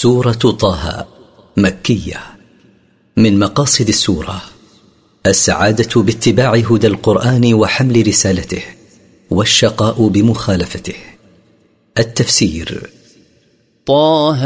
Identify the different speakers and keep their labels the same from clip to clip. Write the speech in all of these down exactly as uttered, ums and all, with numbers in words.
Speaker 1: سورة طه مكية. من مقاصد السورة السعادة باتباع هدى القرآن وحمل رسالته، والشقاء بمخالفته. التفسير:
Speaker 2: طه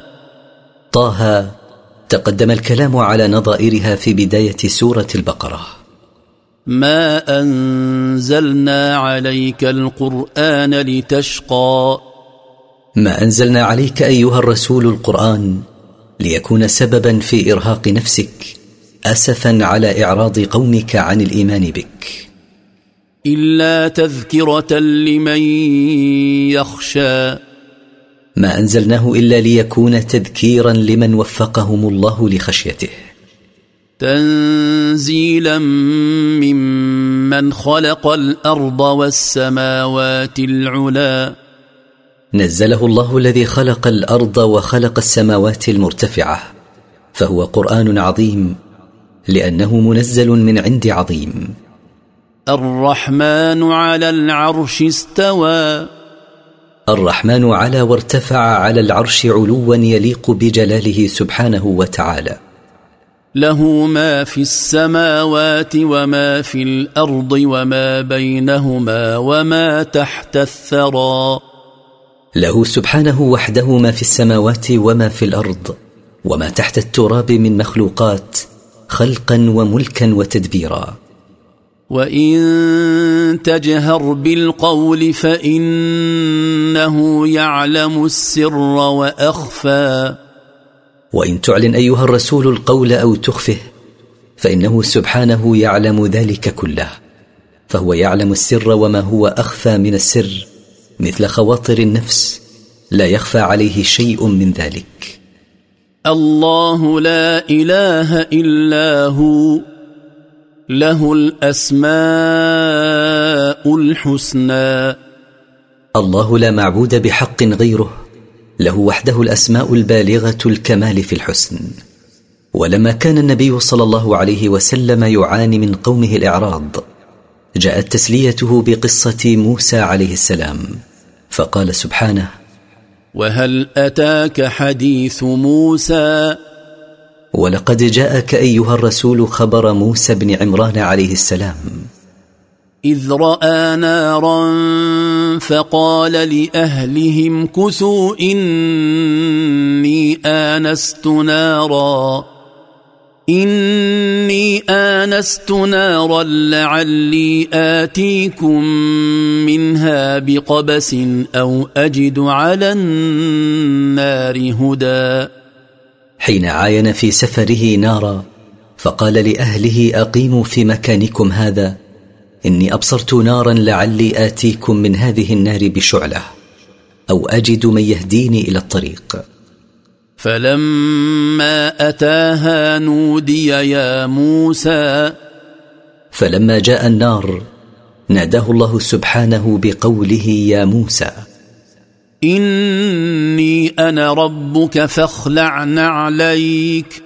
Speaker 1: طه تقدم الكلام على نظائرها في بداية سورة البقرة.
Speaker 2: ما أنزلنا عليك القرآن لتشقى،
Speaker 1: ما أنزلنا عليك أيها الرسول القرآن ليكون سببا في إرهاق نفسك، أسفا على إعراض قومك عن الإيمان بك،
Speaker 2: إلا تذكرة لمن يخشى.
Speaker 1: ما أنزلناه إلا ليكون تذكيرا لمن وفقهم الله لخشيته،
Speaker 2: تنزيلا ممن خلق الأرض والسماوات العلا.
Speaker 1: نزله الله الذي خلق الأرض وخلق السماوات المرتفعة، فهو قرآن عظيم لأنه منزل من عند عظيم.
Speaker 2: الرحمن على العرش استوى،
Speaker 1: الرحمن على وارتفع على العرش علوا يليق بجلاله سبحانه وتعالى.
Speaker 2: له ما في السماوات وما في الأرض وما بينهما وما تحت الثرى.
Speaker 1: له سبحانه وحده ما في السماوات وما في الأرض وما تحت التراب من مخلوقات، خلقا وملكا وتدبيرا.
Speaker 2: وإن تجهر بالقول فإنه يعلم السر وأخفى.
Speaker 1: وإن تعلن أيها الرسول القول أو تخفه فإنه سبحانه يعلم ذلك كله، فهو يعلم السر وما هو أخفى من السر، مثل خواطر النفس لا يخفى عليه شيء من ذلك.
Speaker 2: الله لا إله إلا هو، له الأسماء الحسنى.
Speaker 1: الله لا معبود بحق غيره، له وحده الأسماء البالغة الكمال في الحسن. ولما كان النبي صلى الله عليه وسلم يعاني من قومه الإعراض، جاءت تسليته بقصة موسى عليه السلام، فقال سبحانه:
Speaker 2: وهل أتاك حديث موسى؟
Speaker 1: ولقد جاءك أيها الرسول خبر موسى بن عمران عليه السلام،
Speaker 2: إذ رأى نارا فقال لأهلهم كثوا إني آنست نارا إني آنست نارا لعلي آتيكم منها بقبس أو أجد على النار هدى.
Speaker 1: حين عاين في سفره نارا فقال لأهله: أقيموا في مكانكم هذا، إني أبصرت نارا لعلي آتيكم من هذه النار بشعلة أو أجد من يهديني إلى الطريق.
Speaker 2: فلما أتاها نودي يا موسى.
Speaker 1: فلما جاء النار ناداه الله سبحانه بقوله: يا موسى،
Speaker 2: إني أنا ربك فاخلع نعليك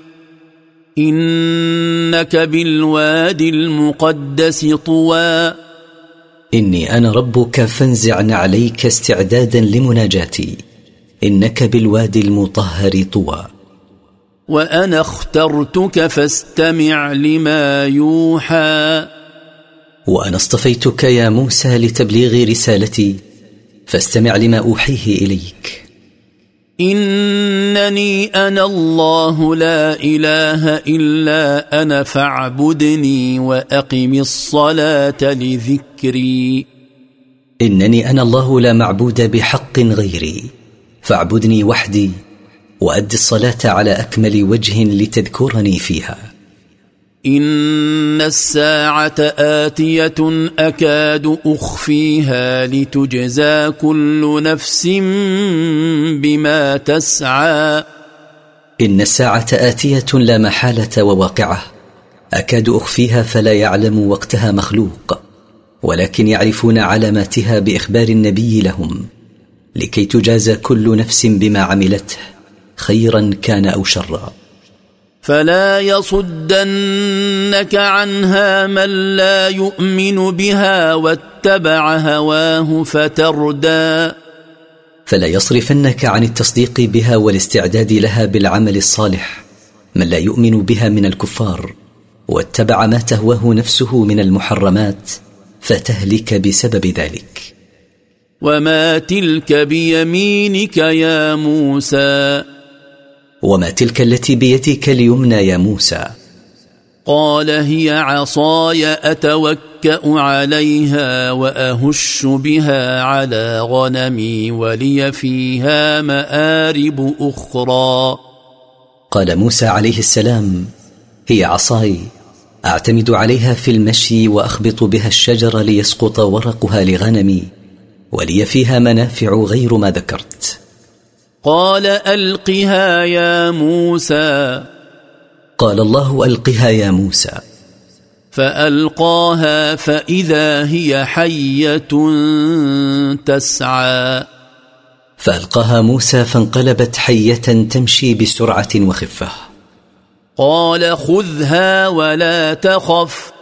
Speaker 2: إنك بالوادي المقدس طوى.
Speaker 1: إني أنا ربك فانزع نعليك استعدادا لمناجاتي، إنك بالوادي المطهر طوى.
Speaker 2: وأنا اخترتك فاستمع لما يوحى.
Speaker 1: وأنا اصطفيتك يا موسى لتبليغ رسالتي، فاستمع لما أوحيه إليك.
Speaker 2: إنني أنا الله لا إله إلا أنا فاعبدني وأقم الصلاة لذكري.
Speaker 1: إنني أنا الله لا معبود بحق غيري، فاعبدني وحدي وأد الصلاة على أكمل وجه لتذكرني فيها.
Speaker 2: إن الساعة آتية أكاد أخفيها لتجزى كل نفس بما تسعى.
Speaker 1: إن الساعة آتية لا محالة وواقعة، أكاد أخفيها فلا يعلم وقتها مخلوق، ولكن يعرفون علاماتها بإخبار النبي لهم، لكي تجازى كل نفس بما عملته، خيرا كان أو شرا.
Speaker 2: فلا يصدنك عنها من لا يؤمن بها واتبع هواه فتردى.
Speaker 1: فلا يصرفنك عن التصديق بها والاستعداد لها بالعمل الصالح من لا يؤمن بها من الكفار واتبع ما تهواه نفسه من المحرمات فتهلك بسبب ذلك.
Speaker 2: وما تلك بيمينك يا موسى؟
Speaker 1: وما تلك التي بيدك اليمنى يا موسى؟
Speaker 2: قال هي عصاي أتوكأ عليها وأهش بها على غنمي ولي فيها مآرب أخرى.
Speaker 1: قال موسى عليه السلام: هي عصاي أعتمد عليها في المشي وأخبط بها الشجر ليسقط ورقها لغنمي ولي فيها منافع غير ما ذكرت.
Speaker 2: قال ألقها يا موسى.
Speaker 1: قال الله: ألقها يا موسى.
Speaker 2: فألقاها فإذا هي حية تسعى.
Speaker 1: فألقاها موسى فانقلبت حية تمشي بسرعة وخفة.
Speaker 2: قال خذها ولا تخف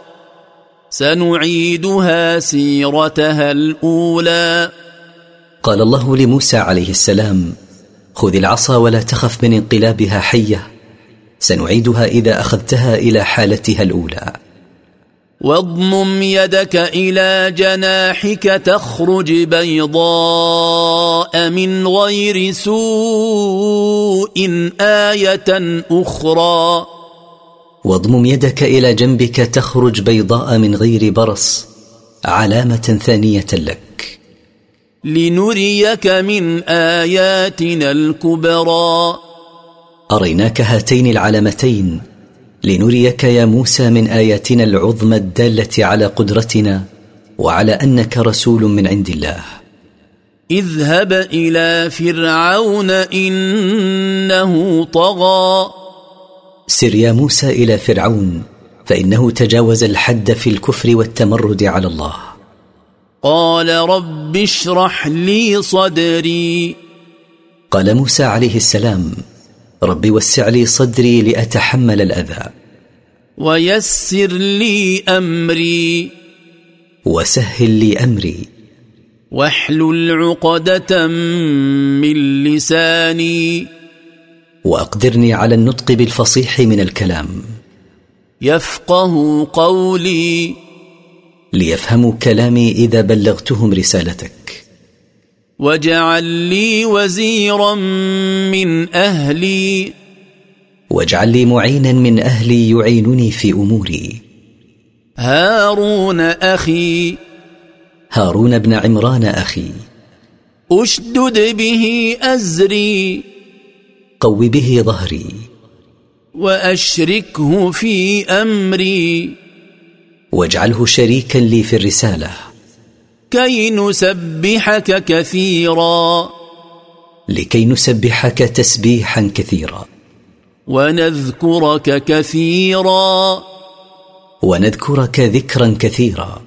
Speaker 2: سنعيدها سيرتها الأولى.
Speaker 1: قال الله لموسى عليه السلام: خذ العصا ولا تخف من انقلابها حية، سنعيدها إذا أخذتها إلى حالتها الأولى.
Speaker 2: واضمم يدك إلى جناحك تخرج بيضاء من غير سوء آية أخرى.
Speaker 1: واضمم يدك إلى جنبك تخرج بيضاء من غير برص، علامة ثانية لك.
Speaker 2: لنريك من آياتنا الكبرى.
Speaker 1: أريناك هاتين العلامتين لنريك يا موسى من آياتنا العظمى الدالة على قدرتنا وعلى أنك رسول من عند الله.
Speaker 2: اذهب إلى فرعون إنه طغى.
Speaker 1: سر يا موسى إلى فرعون فإنه تجاوز الحد في الكفر والتمرد على الله.
Speaker 2: قال رب اشرح لي صدري.
Speaker 1: قال موسى عليه السلام: رب وسع لي صدري لأتحمل الأذى.
Speaker 2: ويسر لي أمري.
Speaker 1: وسهل لي أمري.
Speaker 2: واحلل عقدة من لساني.
Speaker 1: وأقدرني على النطق بالفصيح من الكلام.
Speaker 2: يفقه قولي.
Speaker 1: ليفهموا كلامي إذا بلغتهم رسالتك.
Speaker 2: واجعل لي وزيرا من أهلي.
Speaker 1: واجعل لي معينا من أهلي يعينني في أموري.
Speaker 2: هارون أخي.
Speaker 1: هارون بن عمران أخي.
Speaker 2: أشدد به أزري.
Speaker 1: قو به ظهري.
Speaker 2: وأشركه في أمري.
Speaker 1: واجعله شريكا لي في الرسالة.
Speaker 2: كي نسبحك كثيرا.
Speaker 1: لكي نسبحك تسبيحا كثيرا.
Speaker 2: ونذكرك كثيرا.
Speaker 1: ونذكرك ذكرا كثيرا.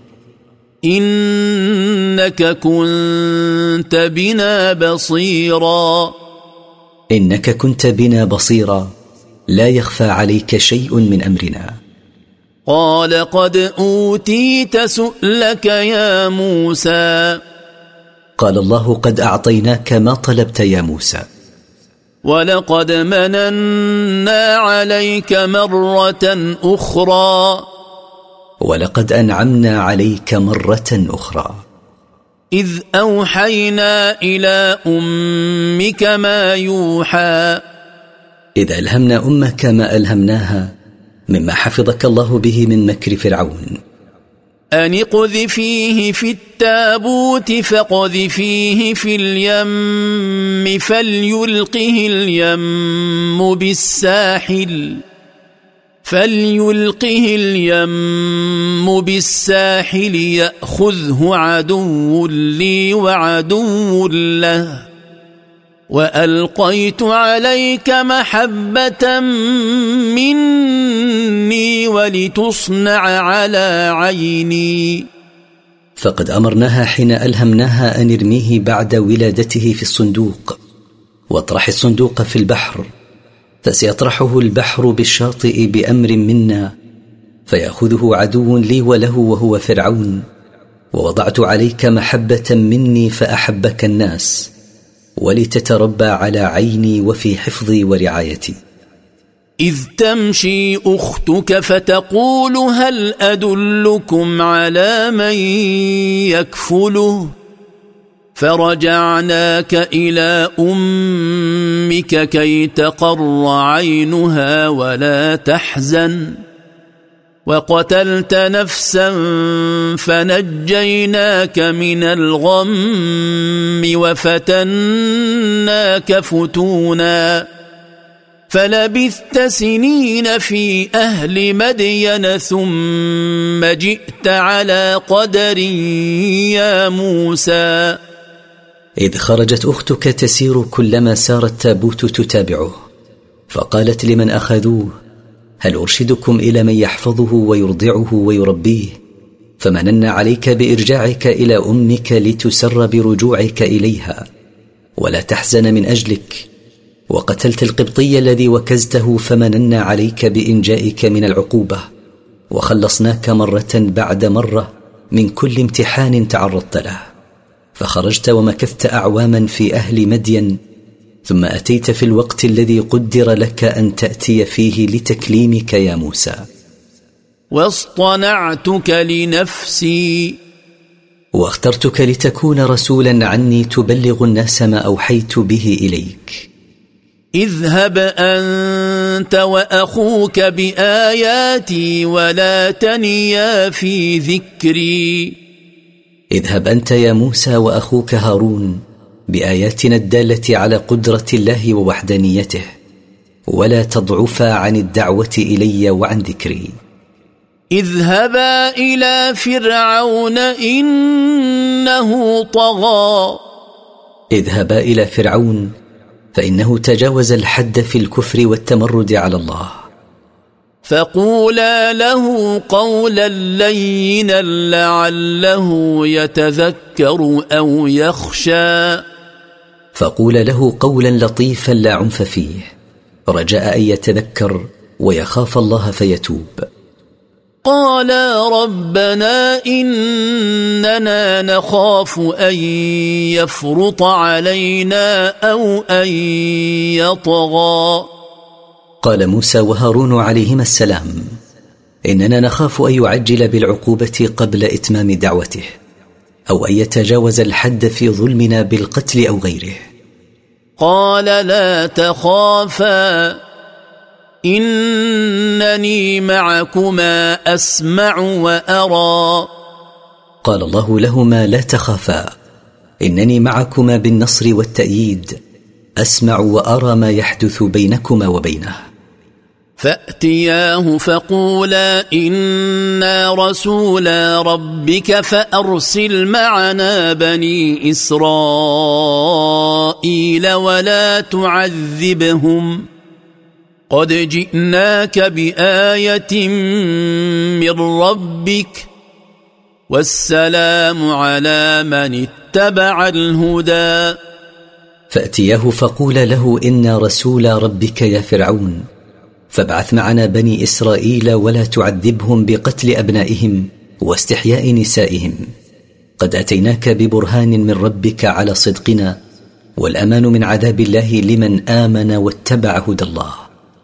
Speaker 2: إنك كنت بنا بصيرا.
Speaker 1: إنك كنت بنا بصيرا، لا يخفى عليك شيء من أمرنا.
Speaker 2: قال قد أوتيت سؤلك يا موسى.
Speaker 1: قال الله: قد أعطيناك ما طلبت يا موسى.
Speaker 2: ولقد مننا عليك مرة أخرى.
Speaker 1: ولقد أنعمنا عليك مرة أخرى.
Speaker 2: إذ أوحينا إلى أمك ما يوحى.
Speaker 1: إذا ألهمنا أمك ما ألهمناها مما حفظك الله به من مكر فرعون.
Speaker 2: أن اقذفيه في التابوت فاقذفيه في اليم فليلقه اليم بالساحل فليلقه اليم بالساحل يأخذه عدو لي وعدو له وألقيت عليك محبة مني ولتصنع على عيني.
Speaker 1: فقد أمرناها حين ألهمناها أن ارميه بعد ولادته في الصندوق، واطرح الصندوق في البحر، فسيطرحه البحر بالشاطئ بأمر منا، فيأخذه عدو لي وله وهو فرعون. ووضعت عليك محبة مني فأحبك الناس، ولتتربى على عيني وفي حفظي ورعايتي.
Speaker 2: إذ تمشي أختك فتقول هل أدلكم على من يكفله فرجعناك إلى أمك كي تقر عينها ولا تحزن وقتلت نفسا فنجيناك من الغم وفتناك فتونا فلبثت سنين في أهل مدين ثم جئت على قدر يا موسى.
Speaker 1: إذ خرجت أختك تسير كلما سار التابوت تتابعه، فقالت لمن أخذوه هل أرشدكم إلى من يحفظه ويرضعه ويربيه؟ فمننا عليك بإرجاعك إلى أمك لتسر برجوعك إليها ولا تحزن من أجلك، وقتلت القبطي الذي وكزته فمننا عليك بإنجائك من العقوبة، وخلصناك مرة بعد مرة من كل امتحان تعرضت له. فخرجت ومكثت أعواما في أهل مدين، ثم أتيت في الوقت الذي قدر لك أن تأتي فيه لتكليمك يا موسى.
Speaker 2: واصطنعتك لنفسي،
Speaker 1: واخترتك لتكون رسولا عني تبلغ الناس ما أوحيت به إليك.
Speaker 2: اذهب أنت وأخوك بآياتي ولا تنيا في ذكري.
Speaker 1: اذهب أنت يا موسى وأخوك هارون بآياتنا الدالة على قدرة الله ووحدانيته، ولا تضعفا عن الدعوة إلي وعن ذكري.
Speaker 2: اذهبا إلى فرعون إنه طغى.
Speaker 1: اذهبا إلى فرعون فإنه تجاوز الحد في الكفر والتمرد على الله.
Speaker 2: فقولا له قولا لينا لعله يتذكر أو يخشى.
Speaker 1: فقول له قولا لطيفا لا عنف فيه، رجاء أن يتذكر ويخاف الله فيتوب.
Speaker 2: قالا ربنا إننا نخاف أن يفرط علينا أو أن يطغى.
Speaker 1: قال موسى وهارون عليهما السلام إننا نخاف أن يعجل بالعقوبة قبل إتمام دعوته، أو أن يتجاوز الحد في ظلمنا بالقتل أو غيره.
Speaker 2: قال لا تخافا إنني معكما أسمع وأرى.
Speaker 1: قال الله لهما لا تخافا إنني معكما بالنصر والتأييد، أسمع وأرى ما يحدث بينكما وبينه.
Speaker 2: فأتياه فقولا إنا رسولا ربك فأرسل معنا بني إسرائيل ولا تعذبهم قد جئناك بآية من ربك والسلام على من اتبع الهدى.
Speaker 1: فأتياه فقول له إنا رسول ربك يا فرعون، فابعث معنا بني إسرائيل ولا تعذبهم بقتل أبنائهم واستحياء نسائهم، قد أتيناك ببرهان من ربك على صدقنا، والأمان من عذاب الله لمن آمن واتبع هدى الله.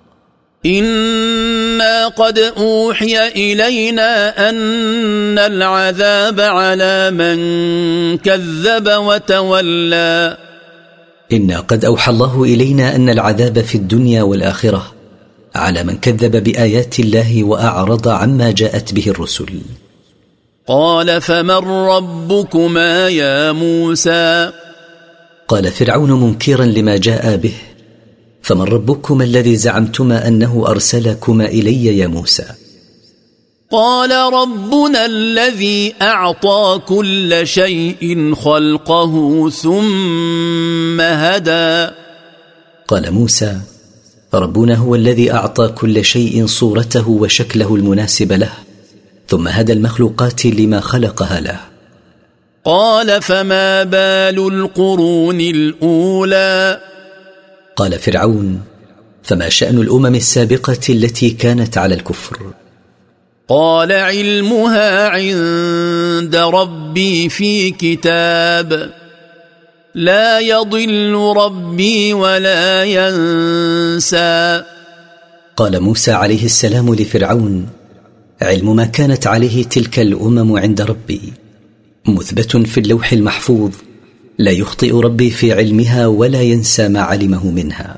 Speaker 2: إنا قد أوحي إلينا أن العذاب على من كذب وتولى.
Speaker 1: إنا قد أوحى الله إلينا أن العذاب في الدنيا والآخرة على من كذب بآيات الله وأعرض عما جاءت به الرسل.
Speaker 2: قال فمن ربكما يا موسى؟
Speaker 1: قال فرعون منكرا لما جاء به، فمن ربكما الذي زعمتما أنه أرسلكما إلي يا موسى؟
Speaker 2: قال ربنا الذي أعطى كل شيء خلقه ثم هدى.
Speaker 1: قال موسى ربنا هو الذي أعطى كل شيء صورته وشكله المناسب له، ثم هدى المخلوقات لما خلقها له.
Speaker 2: قال فما بال القرون الأولى؟
Speaker 1: قال فرعون فما شأن الأمم السابقة التي كانت على الكفر؟
Speaker 2: قال علمها عند ربي في كتاب لا يضل ربي ولا ينسى.
Speaker 1: قال موسى عليه السلام لفرعون: علم ما كانت عليه تلك الأمم عند ربي مثبت في اللوح المحفوظ، لا يخطئ ربي في علمها ولا ينسى ما علمه منها.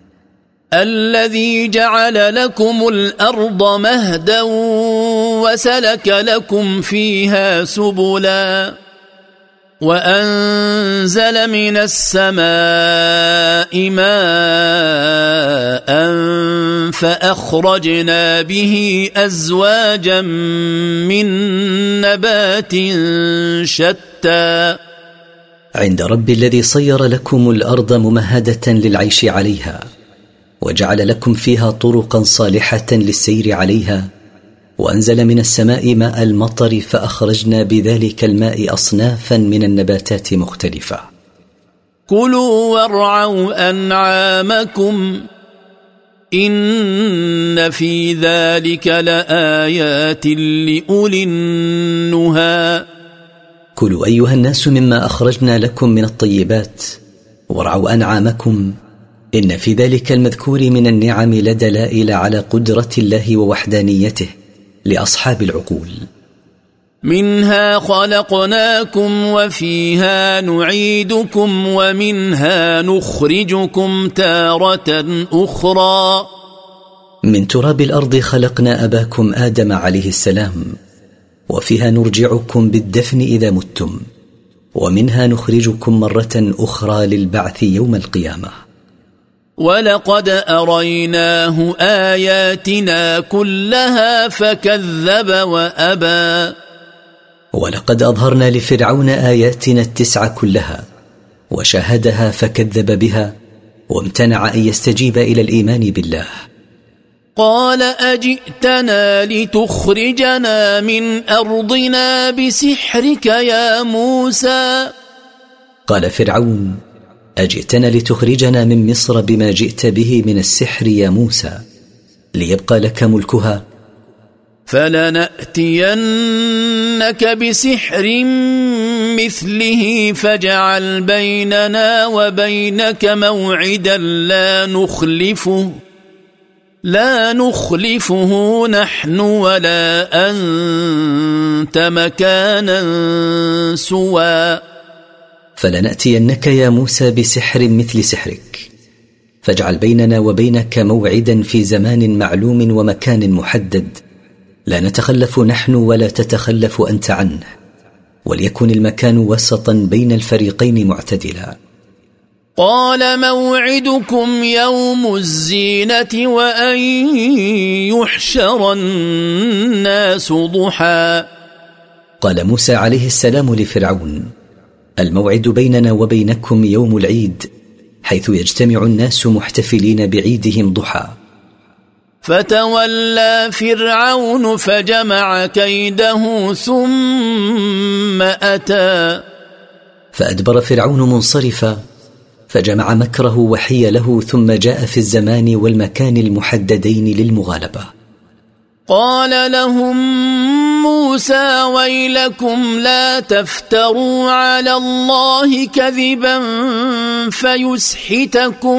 Speaker 2: الذي جعل لكم الأرض مهدا وسلك لكم فيها سبلا وأنزل من السماء ماء فأخرجنا به أزواجا من نبات شتى.
Speaker 1: عند رب الذي صير لكم الأرض ممهدة للعيش عليها، وجعل لكم فيها طرقا صالحة للسير عليها، وأنزل من السماء ماء المطر فأخرجنا بذلك الماء أصنافا من النباتات مختلفة.
Speaker 2: كلوا وارعوا أنعامكم إن في ذلك لآيات لأولي النهى.
Speaker 1: كلوا أيها الناس مما أخرجنا لكم من الطيبات، وارعوا أنعامكم، إن في ذلك المذكور من النعم لدلائل على قدرة الله ووحدانيته لأصحاب العقول.
Speaker 2: منها خلقناكم وفيها نعيدكم ومنها نخرجكم تارة أخرى.
Speaker 1: من تراب الأرض خلقنا أباكم آدم عليه السلام، وفيها نرجعكم بالدفن إذا متم، ومنها نخرجكم مرة أخرى للبعث يوم القيامة.
Speaker 2: ولقد أريناه آياتنا كلها فكذب وأبى.
Speaker 1: ولقد أظهرنا لفرعون آياتنا التسع كلها وشاهدها فكذب بها وامتنع أن يستجيب إلى الإيمان بالله.
Speaker 2: قال أجئتنا لتخرجنا من أرضنا بسحرك يا موسى.
Speaker 1: قال فرعون: أجئتنا لتخرجنا من مصر بما جئت به من السحر يا موسى، ليبقى لك ملكها؟
Speaker 2: فلنأتينك بسحر مثله فاجعل بيننا وبينك موعدا لا نخلفه لا نخلفه نحن ولا أنت مكانا سوى.
Speaker 1: فلنأتينك يا موسى بسحر مثل سحرك، فاجعل بيننا وبينك موعدا في زمان معلوم ومكان محدد، لا نتخلف نحن ولا تتخلف أنت عنه، وليكن المكان وسطا بين الفريقين معتدلا.
Speaker 2: قال موعدكم يوم الزينة وأن يحشر الناس ضحى.
Speaker 1: قال موسى عليه السلام لفرعون: الموعد بيننا وبينكم يوم العيد، حيث يجتمع الناس محتفلين بعيدهم ضحى.
Speaker 2: فتولى فرعون فجمع كيده ثم أتى.
Speaker 1: فأدبر فرعون منصرفا فجمع مكره وحيله ثم جاء في الزمان والمكان المحددين للمغالبة.
Speaker 2: قال لهم موسى ويلكم لا تفتروا على الله كذبا فيسحتكم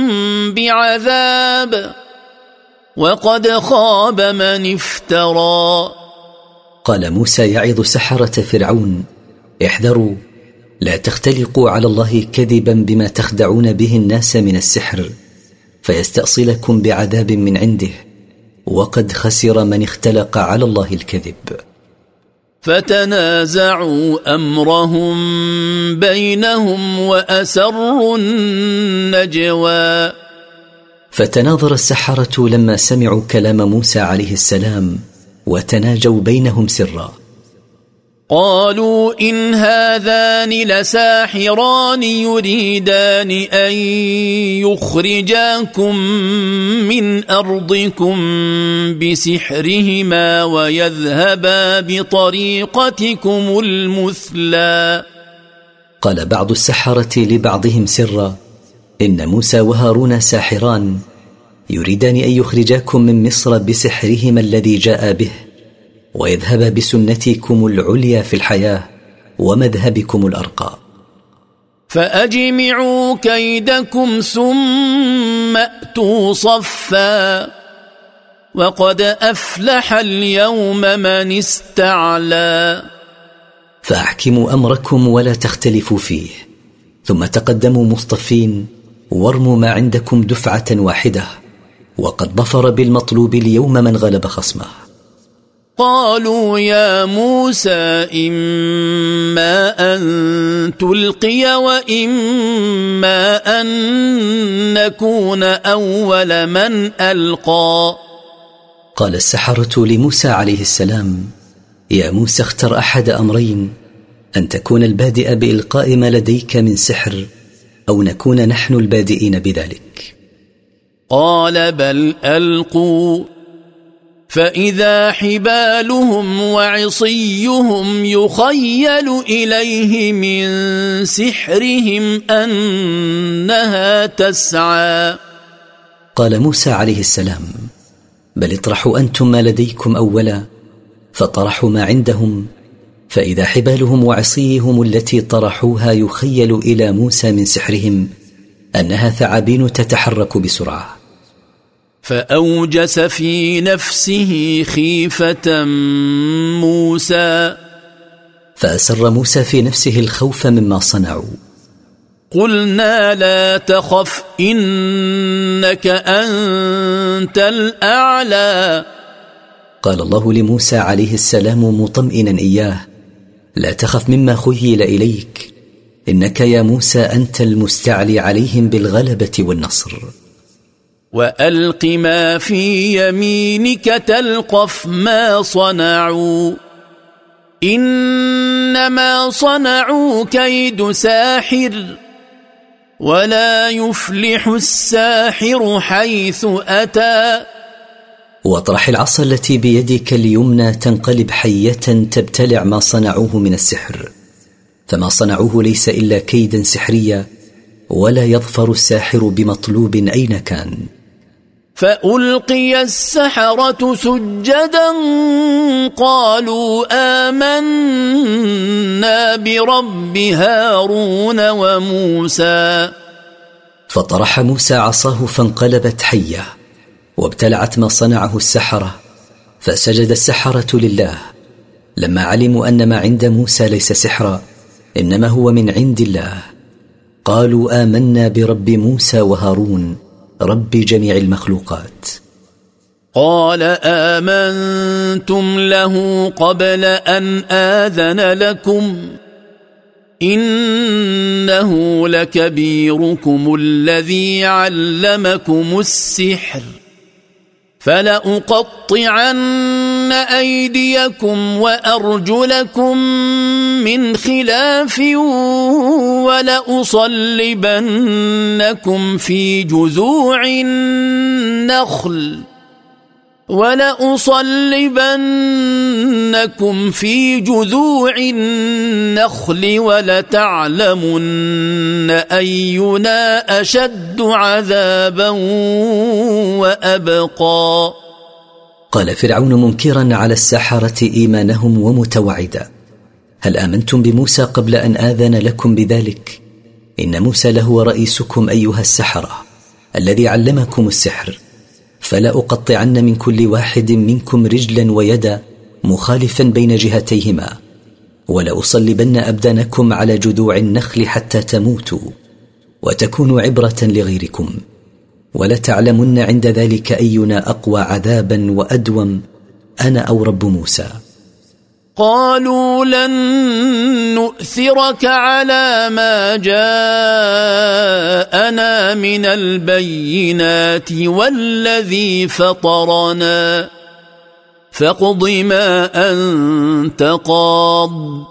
Speaker 2: بعذاب وقد خاب من افترى.
Speaker 1: قال موسى يعظ سحرة فرعون: احذروا، لا تختلقوا على الله كذبا بما تخدعون به الناس من السحر فيستأصلكم بعذاب من عنده، وقد خسر من اختلق على الله الكذب.
Speaker 2: فتنازعوا أمرهم بينهم وأسروا النجوى.
Speaker 1: فتناظر السحرة لما سمعوا كلام موسى عليه السلام وتناجوا بينهم سرا.
Speaker 2: قالوا إن هذان لساحران يريدان أن يخرجاكم من أرضكم بسحرهما ويذهبا بطريقتكم المثلى.
Speaker 1: قال بعض السحرة لبعضهم سرا: إن موسى وهارون ساحران يريدان أن يخرجاكم من مصر بسحرهما الذي جاء به، ويذهب بسنتكم العليا في الحياة ومذهبكم الأرقى.
Speaker 2: فأجمعوا كيدكم ثم أتوا صفا وقد أفلح اليوم من استعلى.
Speaker 1: فأحكموا أمركم ولا تختلفوا فيه، ثم تقدموا مصطفين وارموا ما عندكم دفعة واحدة، وقد ظفر بالمطلوب اليوم من غلب خصمه.
Speaker 2: قالوا يا موسى إما أن تلقي وإما أن نكون أول من ألقى.
Speaker 1: قال السحرة لموسى عليه السلام: يا موسى اختر أحد أمرين، أن تكون البادئ بإلقاء ما لديك من سحر، أو نكون نحن البادئين بذلك.
Speaker 2: قال بل ألقوا، فإذا حبالهم وعصيهم يخيل إليه من سحرهم أنها تسعى.
Speaker 1: قال موسى عليه السلام: بل اطرحوا أنتم ما لديكم أولا. فطرحوا ما عندهم، فإذا حبالهم وعصيهم التي طرحوها يخيل إلى موسى من سحرهم أنها ثعابين تتحرك بسرعة.
Speaker 2: فأوجس في نفسه خيفة موسى،
Speaker 1: فأسر موسى في نفسه الخوف مما صنعوا.
Speaker 2: قلنا لا تخف إنك أنت الأعلى.
Speaker 1: قال الله لموسى عليه السلام مطمئنا إياه: لا تخف مما خيل إليك، إنك يا موسى أنت المستعلي عليهم بالغلبة والنصر.
Speaker 2: وألق ما في يمينك تلقف ما صنعوا إنما صنعوا كيد ساحر ولا يفلح الساحر حيث أتى.
Speaker 1: واطرح العصا التي بيدك اليمنى تنقلب حية تبتلع ما صنعوه من السحر، فما صنعوه ليس إلا كيدا سحريا، ولا يظفر الساحر بمطلوب أين كان.
Speaker 2: فألقي السحرة سجدا قالوا آمنا برب هارون وموسى.
Speaker 1: فطرح موسى عصاه فانقلبت حية وابتلعت ما صنعه السحرة، فسجد السحرة لله لما علموا أن ما عند موسى ليس سحرا إنما هو من عند الله. قالوا آمنا برب موسى وهارون رب جميع المخلوقات.
Speaker 2: قال آمنتم له قبل أن آذن لكم إنه لكبيركم الذي علمكم السحر فلأقطعن أيديكم وأرجلكم من خلاف ولأصلبنكم في جذوع النخل ولأصلبنكم في جذوع النخل ولتعلمن أينا أشد عذابا وأبقى.
Speaker 1: قال فرعون منكرا على السحرة إيمانهم ومتوعدا: هل آمنتم بموسى قبل أن آذن لكم بذلك؟ إن موسى لهو رئيسكم أيها السحرة الذي علمكم السحر، فلا أقطعن من كل واحد منكم رجلا ويدا مخالفا بين جهتيهما، ولا أصلبن أبدانكم على جذوع النخل حتى تموتوا وتكونوا عبرة لغيركم، ولتعلمن عند ذلك أينا أقوى عذابا وأدوم أنا أو رب موسى.
Speaker 2: قالوا لن نؤثرك على ما جاءنا من البينات والذي فطرنا فاقض ما أنت قاض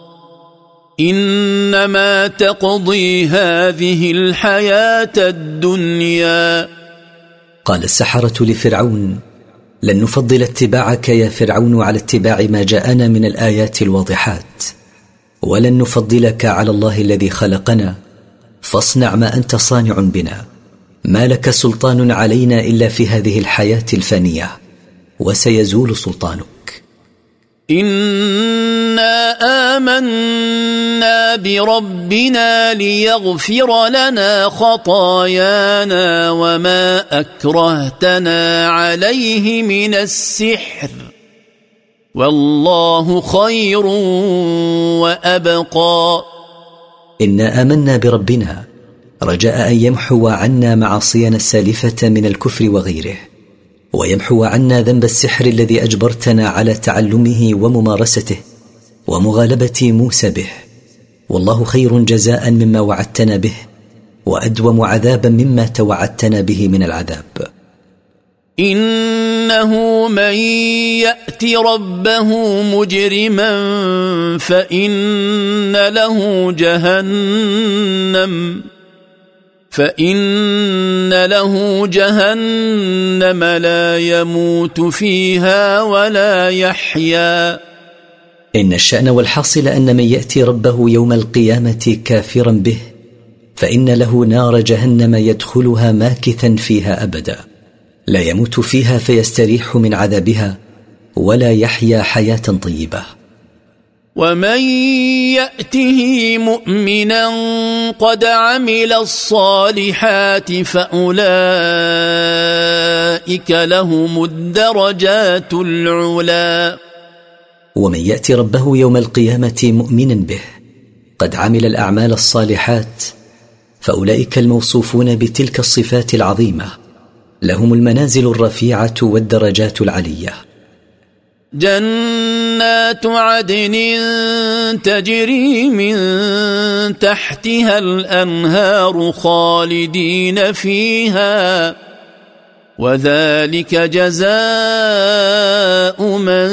Speaker 2: إنما تقضي هذه الحياة الدنيا.
Speaker 1: قال السحرة لفرعون: لن نفضل اتباعك يا فرعون على اتباع ما جاءنا من الآيات الواضحات، ولن نفضلك على الله الذي خلقنا، فاصنع ما أنت صانع بنا، ما لك سلطان علينا إلا في هذه الحياة الفانية، وسيزول سلطانك.
Speaker 2: إنا آمنا بربنا ليغفر لنا خطايانا وما أكرهتنا عليه من السحر والله خير وأبقى.
Speaker 1: إنا آمنا بربنا رجاء أن يمحو عنا معاصينا السالفة من الكفر وغيره، ويمحو عنا ذنب السحر الذي أجبرتنا على تعلمه وممارسته ومغالبة موسى به، والله خير جزاء مما وعدتنا به وأدوم عذابا مما توعدتنا به من العذاب.
Speaker 2: إنه من يأت ربه مجرما فإن له جهنم فإن له جهنم لا يموت فيها ولا يحيا.
Speaker 1: إن الشأن والحاصل أن من يأتي ربه يوم القيامة كافرا به فإن له نار جهنم يدخلها ماكثا فيها أبدا، لا يموت فيها فيستريح من عذابها ولا يحيا حياة طيبة.
Speaker 2: ومن يأته مؤمنا قد عمل الصالحات فأولئك لهم الدرجات العلا.
Speaker 1: ومن يأتي ربه يوم القيامة مؤمنا به قد عمل الأعمال الصالحات فأولئك الموصوفون بتلك الصفات العظيمة لهم المنازل الرفيعة والدرجات العلية.
Speaker 2: جنات عدن تجري من تحتها الأنهار خالدين فيها وذلك جزاء من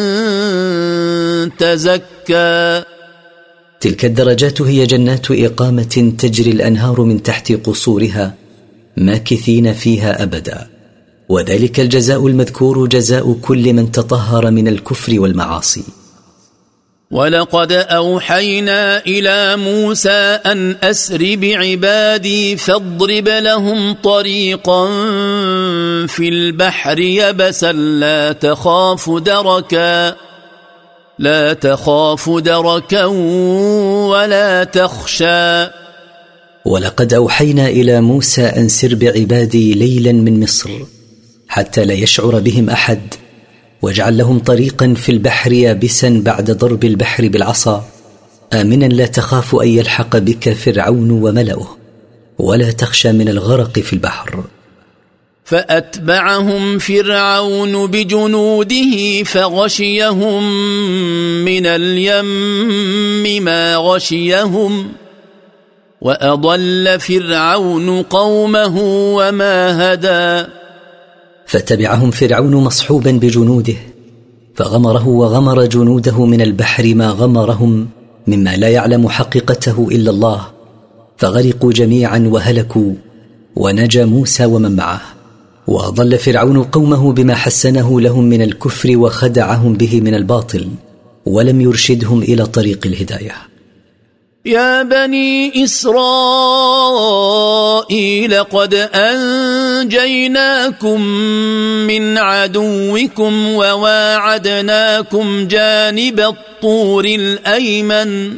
Speaker 2: تزكى.
Speaker 1: تلك الدرجات هي جنات إقامة تجري الأنهار من تحت قصورها ماكثين فيها أبدا، وذلك الجزاء المذكور جزاء كل من تطهر من الكفر والمعاصي.
Speaker 2: ولقد أوحينا إلى موسى أن أسر بعبادي فاضرب لهم طريقا في البحر يبسا لا تخاف دركا لا تخاف دركا ولا تخشى.
Speaker 1: ولقد أوحينا إلى موسى أن سر بعبادي ليلا من مصر حتى لا يشعر بهم أحد، واجعل لهم طريقا في البحر يابسا بعد ضرب البحر بالعصا آمنا لا تخاف أن يلحق بك فرعون وملأه ولا تخشى من الغرق في البحر.
Speaker 2: فأتبعهم فرعون بجنوده فغشيهم من اليم ما غشيهم وأضل فرعون قومه وما هدى.
Speaker 1: فتبعهم فرعون مصحوبا بجنوده فغمره وغمر جنوده من البحر ما غمرهم مما لا يعلم حقيقته إلا الله، فغرقوا جميعا وهلكوا، ونجا موسى ومن معه. وأضل فرعون قومه بما حسنه لهم من الكفر وخدعهم به من الباطل ولم يرشدهم إلى طريق الهداية.
Speaker 2: يا بني إسرائيل قد أنجيناكم من عدوكم وواعدناكم جانب الطور الأيمن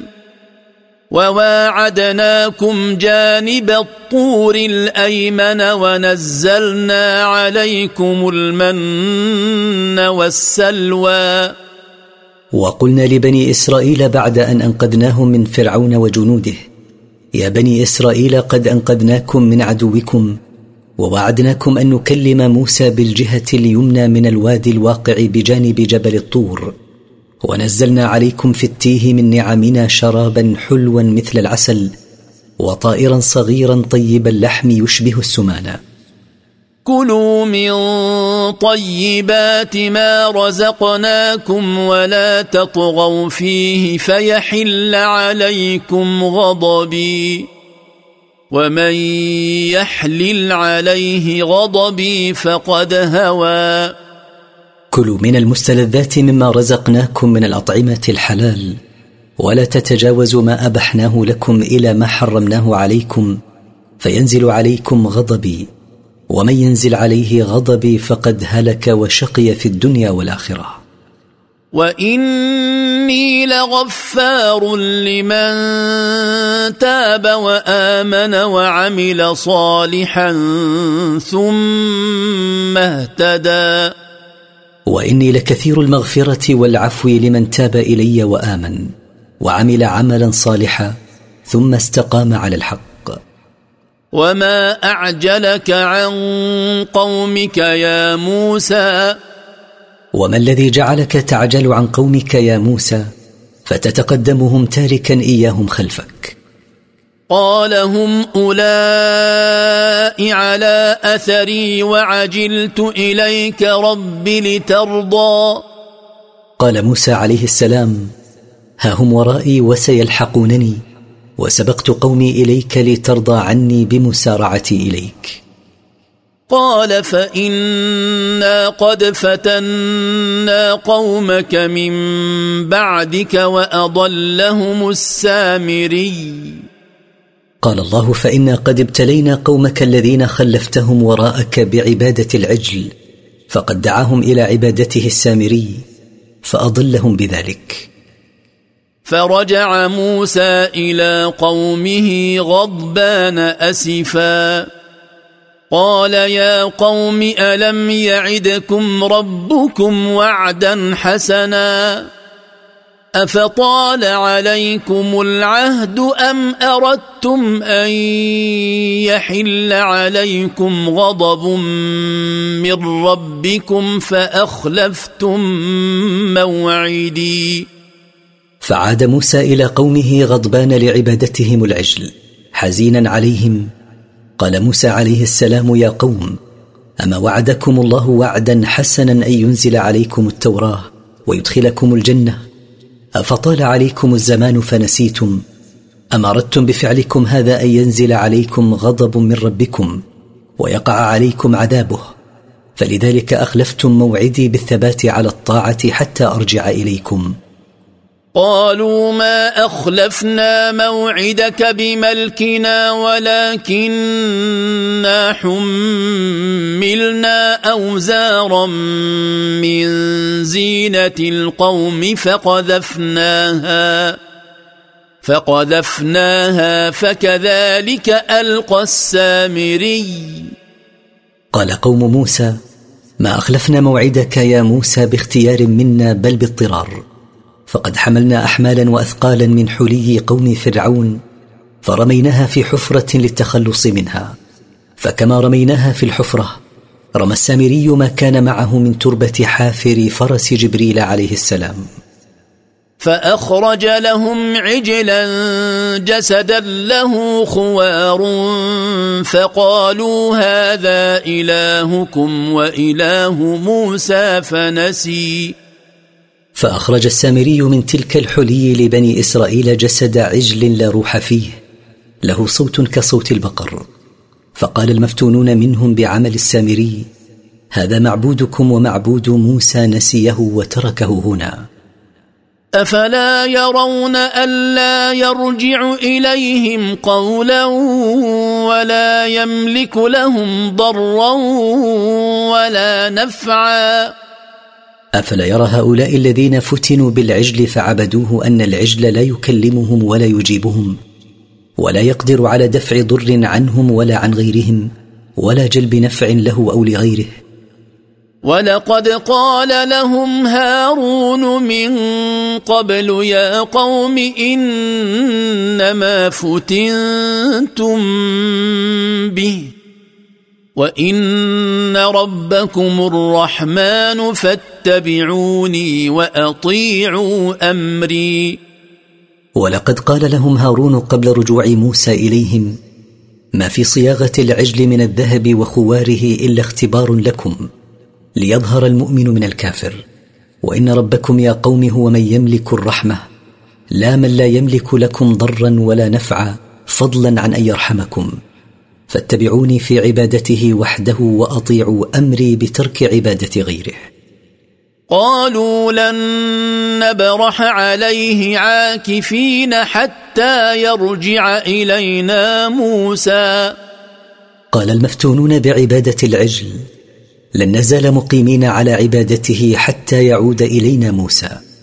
Speaker 2: وواعدناكم جانب الطور الأيمن ونزلنا عليكم المن والسلوى.
Speaker 1: وقلنا لبني إسرائيل بعد أن أنقذناهم من فرعون وجنوده: يا بني إسرائيل قد أنقذناكم من عدوكم ووعدناكم أن نكلم موسى بالجهة اليمنى من الوادي الواقع بجانب جبل الطور، ونزلنا عليكم في التيه من نعمنا شرابا حلوا مثل العسل وطائرا صغيرا طيب اللحم يشبه السمانة.
Speaker 2: كلوا من طيبات ما رزقناكم ولا تطغوا فيه فيحل عليكم غضبي ومن يحلل عليه غضبي فقد هوى.
Speaker 1: كلوا من المستلذات مما رزقناكم من الأطعمة الحلال ولا تتجاوزوا ما أبحناه لكم إلى ما حرمناه عليكم فينزل عليكم غضبي، ومن ينزل عليه غضبي فقد هلك وشقي في الدنيا والآخرة.
Speaker 2: وإني لغفار لمن تاب وآمن وعمل صالحا ثم اهتدى
Speaker 1: وإني لكثير المغفرة والعفو لمن تاب إلي وآمن وعمل عملا صالحا ثم استقام على الحق.
Speaker 2: وما أعجلك عن قومك يا موسى؟
Speaker 1: وما الذي جعلك تعجل عن قومك يا موسى فتتقدمهم تاركا إياهم خلفك؟
Speaker 2: قال هم أولئك على أثري وعجلت إليك رب لترضى.
Speaker 1: قال موسى عليه السلام: ها هم ورائي وسيلحقونني، وسبقت قومي إليك لترضى عني بمسارعتي إليك.
Speaker 2: قال فإنا قد فتنا قومك من بعدك وأضلهم السامري.
Speaker 1: قال الله: فإنا قد ابتلينا قومك الذين خلفتهم وراءك بعبادة العجل، فقد دعاهم إلى عبادته السامري فأضلهم بذلك.
Speaker 2: فرجع موسى إلى قومه غضبان أسفا قال يا قوم ألم يعدكم ربكم وعدا حسنا أفطال عليكم العهد أم أردتم أن يحل عليكم غضب من ربكم فأخلفتم موعدي.
Speaker 1: فعاد موسى إلى قومه غضبان لعبادتهم العجل حزينا عليهم. قال موسى عليه السلام: يا قوم، أما وعدكم الله وعدا حسنا أن ينزل عليكم التوراة ويدخلكم الجنة، أفطال عليكم الزمان فنسيتم؟ أم أردتم بفعلكم هذا أن ينزل عليكم غضب من ربكم ويقع عليكم عذابه؟ فلذلك أخلفتم موعدي بالثبات على الطاعة حتى أرجع إليكم.
Speaker 2: قالوا ما أخلفنا موعدك بملكنا ولكننا حملنا أوزارا من زينة القوم فقذفناها فقذفناها فكذلك ألقى السامري.
Speaker 1: قال قوم موسى: ما أخلفنا موعدك يا موسى باختيار منا بل باضطرار، فقد حملنا أحمالا وأثقالا من حلي قوم فرعون فرميناها في حفرة للتخلص منها، فكما رميناها في الحفرة رمى السامري ما كان معه من تربة حافر فرس جبريل عليه السلام.
Speaker 2: فأخرج لهم عجلا جسدا له خوار فقالوا هذا إلهكم وإله موسى فنسي.
Speaker 1: فأخرج السامري من تلك الحلي لبني إسرائيل جسد عجل لا روح فيه له صوت كصوت البقر، فقال المفتونون منهم بعمل السامري: هذا معبودكم ومعبود موسى نسيه وتركه هنا.
Speaker 2: أفلا يرون ألا يرجع إليهم قولا ولا يملك لهم ضرا ولا نفعا.
Speaker 1: أفلا يرى هؤلاء الذين فتنوا بالعجل فعبدوه أن العجل لا يكلمهم ولا يجيبهم ولا يقدر على دفع ضر عنهم ولا عن غيرهم ولا جلب نفع له أو لغيره؟
Speaker 2: ولقد قال لهم هارون من قبل يا قوم إنما فتنتم به وإن ربكم الرحمن فاتبعوني وأطيعوا أمري.
Speaker 1: ولقد قال لهم هارون قبل رجوع موسى إليهم: ما في صياغة العجل من الذهب وخواره إلا اختبار لكم ليظهر المؤمن من الكافر، وإن ربكم يا قوم هو من يملك الرحمة لا من لا يملك لكم ضرا ولا نفعا فضلا عن أن يرحمكم، فاتبعوني في عبادته وحده وأطيعوا أمري بترك عبادة غيره.
Speaker 2: قالوا لن نبرح عليه عاكفين حتى يرجع إلينا موسى.
Speaker 1: قال المفتونون بعبادة العجل: لن نزال مقيمين على عبادته حتى يعود إلينا موسى.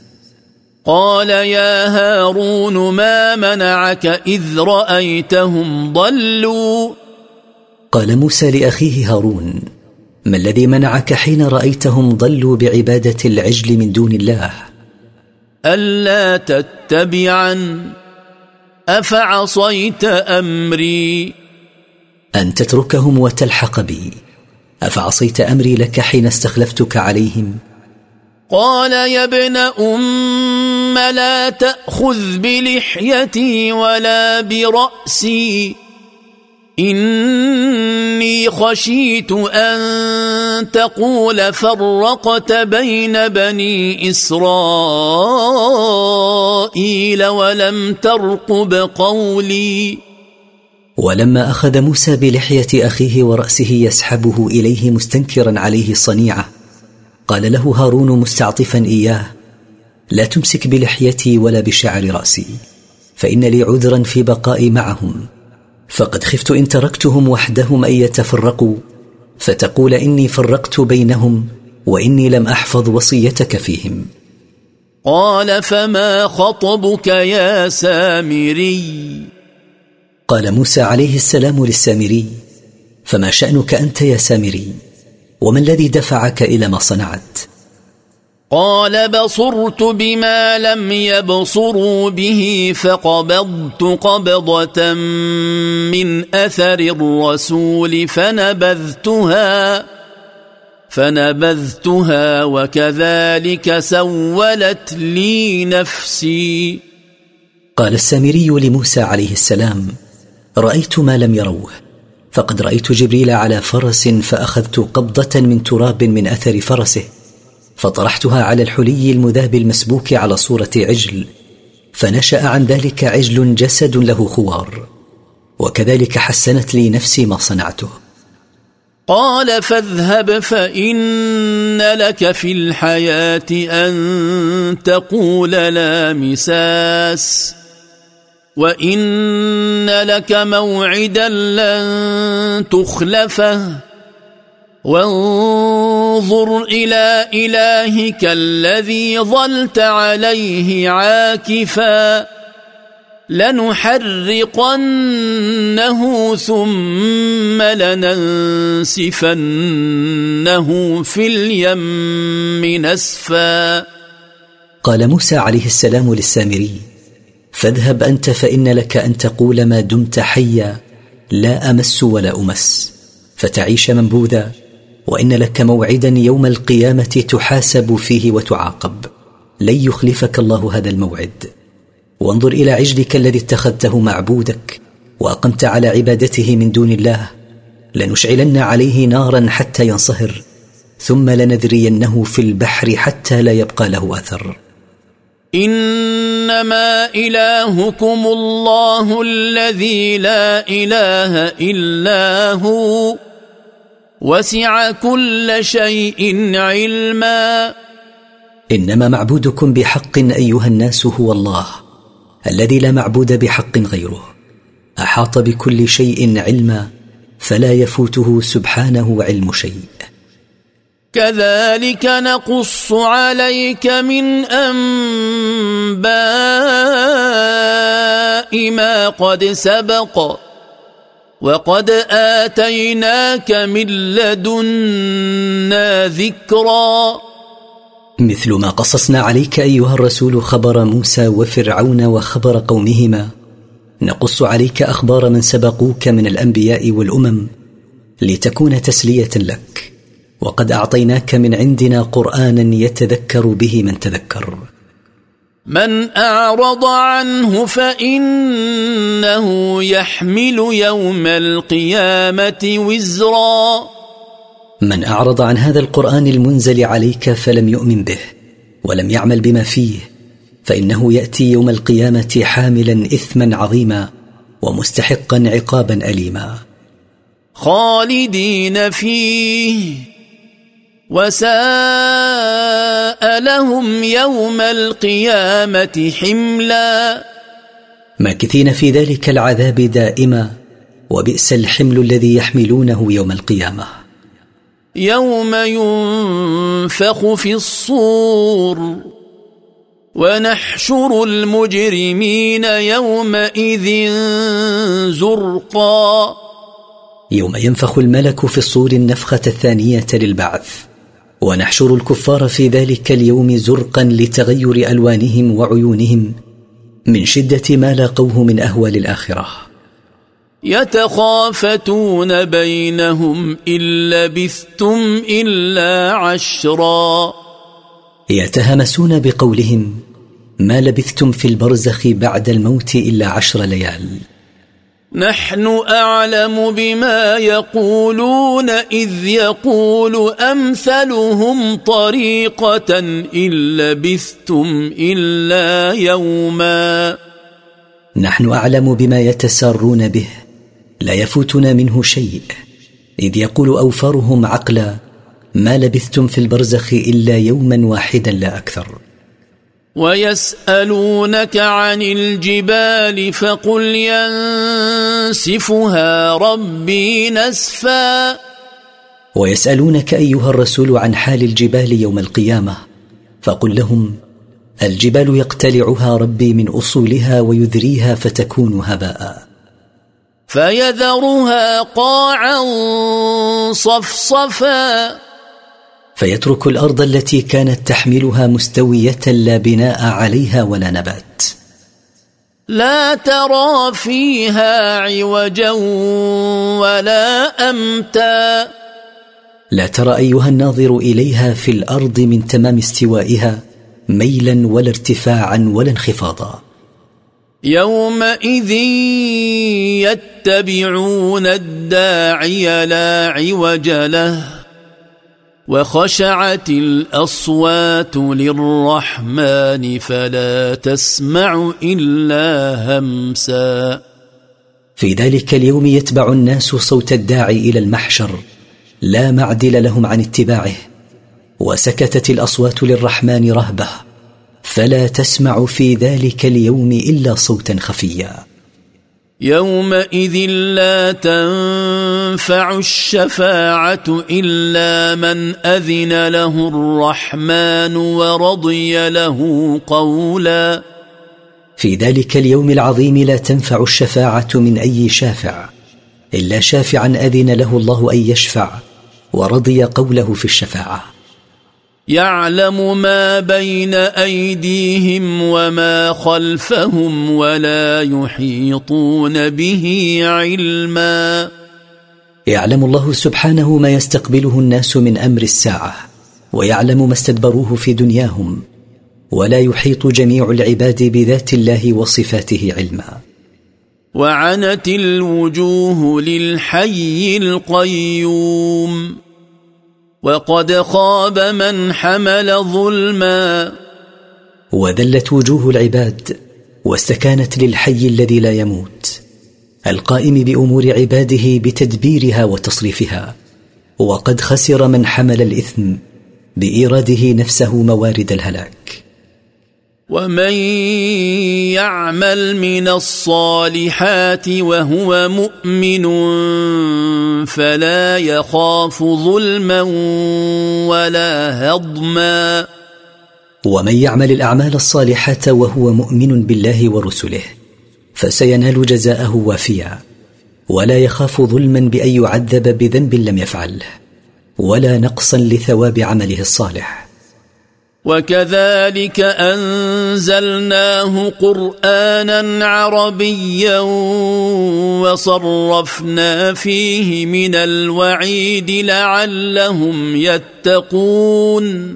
Speaker 2: قال يا هارون ما منعك إذ رأيتهم ضلوا.
Speaker 1: قال موسى لأخيه هارون: ما الذي منعك حين رأيتهم ضلوا بعبادة العجل من دون الله؟
Speaker 2: ألا تتبعن أفعصيت أمري.
Speaker 1: أن تتركهم وتلحق بي، أفعصيت أمري لك حين استخلفتك عليهم؟
Speaker 2: قال يا ابن أم لا تأخذ بلحيتي ولا برأسي إني خشيت أن تقول فرقت بين بني إسرائيل ولم ترقب قولي.
Speaker 1: ولما أخذ موسى بلحية أخيه ورأسه يسحبه إليه مستنكرا عليه صنيعة، قال له هارون مستعطفا إياه: لا تمسك بلحيتي ولا بشعر رأسي، فإن لي عذرا في بقائي معهم، فقد خفت إن تركتهم وحدهم أن يتفرقوا فتقول إني فرقت بينهم وإني لم أحفظ وصيتك فيهم.
Speaker 2: قال فما خطبك يا سامري؟
Speaker 1: قال موسى عليه السلام للسامري: فما شأنك أنت يا سامري؟ وما الذي دفعك إلى ما صنعت؟
Speaker 2: قال بصرت بما لم يبصروا به فقبضت قبضة من أثر الرسول فنبذتها فنبذتها وكذلك سولت لي نفسي.
Speaker 1: قال السامري لموسى عليه السلام: رأيت ما لم يروه، فقد رأيت جبريل على فرس فأخذت قبضة من تراب من أثر فرسه فطرحتها على الحلي المذاب المسبوك على صورة عجل، فنشأ عن ذلك عجل جسد له خوار، وكذلك حسنت لي نفسي ما صنعته.
Speaker 2: قال فاذهب فإن لك في الحياة أن تقول لا مساس وإن لك موعدا لن تخلفه وانظر إلى إلهك الذي ظلت عليه عاكفا لنحرقنه ثم لننسفنه في اليم نسفا.
Speaker 1: قال موسى عليه السلام للسامري: فاذهب أنت فإن لك أن تقول ما دمت حيا لا أمس ولا أمس، فتعيش منبوذا، وإن لك موعدا يوم القيامة تحاسب فيه وتعاقب، لن يخلفك الله هذا الموعد. وانظر إلى عجلك الذي اتخذته معبودك وأقمت على عبادته من دون الله، لنشعلن عليه نارا حتى ينصهر، ثم لنذرينه في البحر حتى لا يبقى له أثر.
Speaker 2: إنما إلهكم الله الذي لا إله إلا هو وسع كل شيء علما.
Speaker 1: إنما معبودكم بحق أيها الناس هو الله الذي لا معبود بحق غيره، أحاط بكل شيء علما، فلا يفوته سبحانه علم شيء.
Speaker 2: كذلك نقص عليك من أنباء ما قد سبق وقد آتيناك من لدنا ذكرا.
Speaker 1: مثل ما قصصنا عليك أيها الرسول خبر موسى وفرعون وخبر قومهما، نقص عليك أخبار من سبقوك من الأنبياء والأمم لتكون تسلية لك، وقد أعطيناك من عندنا قرآنا يتذكر به من تذكر.
Speaker 2: من أعرض عنه فإنه يحمل يوم القيامة وزرا.
Speaker 1: من أعرض عن هذا القرآن المنزل عليك فلم يؤمن به ولم يعمل بما فيه، فإنه يأتي يوم القيامة حاملا إثما عظيما ومستحقا عقابا أليما.
Speaker 2: خالدين فيه وساء لهم يوم القيامة حملا.
Speaker 1: ماكثين في ذلك العذاب دائما، وبئس الحمل الذي يحملونه يوم القيامة.
Speaker 2: يوم ينفخ في الصور ونحشر المجرمين يومئذ زرقا
Speaker 1: يوم ينفخ الملك في الصور النفخة الثانية للبعث، ونحشر الكفار في ذلك اليوم زرقا لتغير ألوانهم وعيونهم من شدة ما لاقوه من أهوال الآخرة.
Speaker 2: يتخافتون بينهم إن لبثتم إلا عشرا
Speaker 1: يتهمسون بقولهم ما لبثتم في البرزخ بعد الموت إلا عشر ليال.
Speaker 2: نحن أعلم بما يقولون إذ يقول أمثلهم طريقة إن لبثتم إلا يوما.
Speaker 1: نحن أعلم بما يتسارون به لا يفوتنا منه شيء، إذ يقول أوفرهم عقلا ما لبثتم في البرزخ إلا يوما واحدا لا أكثر.
Speaker 2: ويسألونك عن الجبال فقل ينسفها ربي نسفا.
Speaker 1: ويسألونك أيها الرسول عن حال الجبال يوم القيامة، فقل لهم الجبال يقتلعها ربي من أصولها ويذريها فتكون هباء.
Speaker 2: فيذرها قاعا صفصفا
Speaker 1: فيترك الأرض التي كانت تحملها مستوية لا بناء عليها ولا نبات.
Speaker 2: لا ترى فيها عوجا ولا أمتا.
Speaker 1: لا ترى أيها الناظر إليها في الأرض من تمام استوائها ميلا ولا ارتفاعا ولا انخفاضا.
Speaker 2: يومئذ يتبعون الداعي لا عوج له وخشعت الأصوات للرحمن فلا تسمع إلا همسا.
Speaker 1: في ذلك اليوم يتبع الناس صوت الداعي إلى المحشر لا معدل لهم عن اتباعه، وسكتت الأصوات للرحمن رهبة فلا تسمع في ذلك اليوم إلا صوتا خفيا.
Speaker 2: يومئذ لا تنفع الشفاعة إلا من أذن له الرحمن ورضي له قولا.
Speaker 1: في ذلك اليوم العظيم لا تنفع الشفاعة من أي شافع إلا شافعا أذن له الله أن يشفع ورضي قوله في الشفاعة.
Speaker 2: يعلم ما بين أيديهم وما خلفهم ولا يحيطون به علما.
Speaker 1: يعلم الله سبحانه ما يستقبله الناس من أمر الساعة، ويعلم ما استدبروه في دنياهم، ولا يحيط جميع العباد بذات الله وصفاته علما.
Speaker 2: وعنت الوجوه للحي القيوم وقد خاب من حمل ظلما.
Speaker 1: وذلت وجوه العباد واستكانت للحي الذي لا يموت القائم بأمور عباده بتدبيرها وتصريفها، وقد خسر من حمل الإثم بإيراده نفسه موارد الهلاك.
Speaker 2: ومن يعمل من الصالحات وهو مؤمن فلا يخاف ظلما ولا هضما.
Speaker 1: ومن يعمل الأعمال الصالحة وهو مؤمن بالله ورسله فسينال جزاءه وافيا، ولا يخاف ظلما بأن يعذب بذنب لم يفعله، ولا نقصا لثواب عمله الصالح.
Speaker 2: وكذلك أنزلناه قرآنا عربيا وصرفنا فيه من الوعيد لعلهم يتقون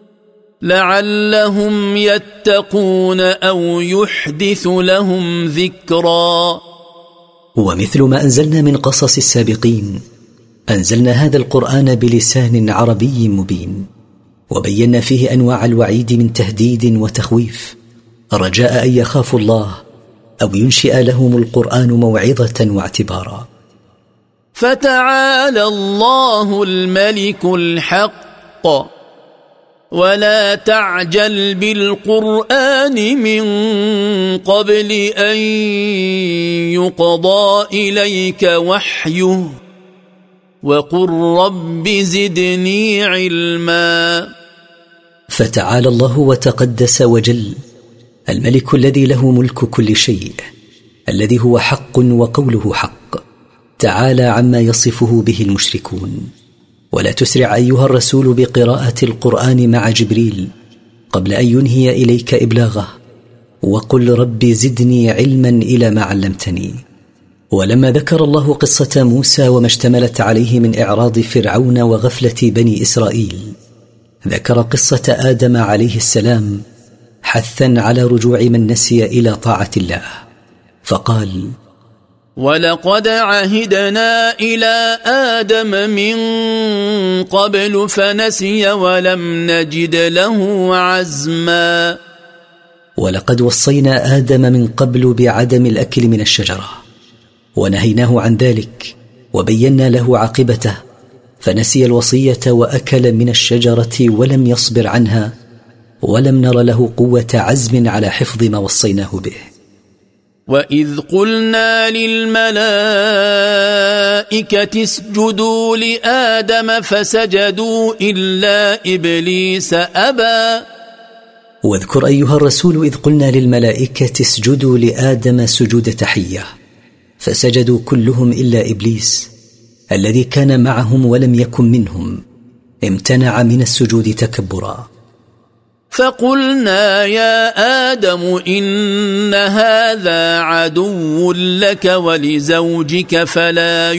Speaker 2: لعلهم يتقون أو يحدث لهم ذكرا.
Speaker 1: ومثل ما أنزلنا من قصص السابقين أنزلنا هذا القرآن بلسان عربي مبين، وبينا فيه أنواع الوعيد من تهديد وتخويف رجاء أن يخافوا الله أو ينشئ لهم القرآن موعظة واعتبارا.
Speaker 2: فتعالى الله الملك الحق ولا تعجل بالقرآن من قبل أن يقضى إليك وحيه وقل رب زدني علما.
Speaker 1: فتعالى الله وتقدس وجل، الملك الذي له ملك كل شيء، الذي هو حق وقوله حق، تعالى عما يصفه به المشركون. ولا تسرع أيها الرسول بقراءة القرآن مع جبريل قبل أن ينهي إليك إبلاغه، وقل رب زدني علما إلى ما علمتني. ولما ذكر الله قصة موسى وما اشتملت عليه من إعراض فرعون وغفلة بني إسرائيل، ذكر قصة آدم عليه السلام حثا على رجوع من نسي إلى طاعة الله، فقال:
Speaker 2: ولقد عهدنا إلى آدم من قبل فنسي ولم نجد له عزما.
Speaker 1: ولقد وصينا آدم من قبل بعدم الأكل من الشجرة، ونهيناه عن ذلك وبينا له عاقبته، فنسي الوصية وأكل من الشجرة ولم يصبر عنها، ولم نر له قوة عزم على حفظ ما وصيناه به.
Speaker 2: وإذ قلنا للملائكة اسجدوا لآدم فسجدوا إلا إبليس أبى.
Speaker 1: واذكر أيها الرسول إذ قلنا للملائكة اسجدوا لآدم سجود تحية، فسجدوا كلهم إلا إبليس الذي كان معهم ولم يكن منهم، امتنع من السجود تكبرا.
Speaker 2: فقلنا يا آدم إن هذا عدو لك ولزوجك فلا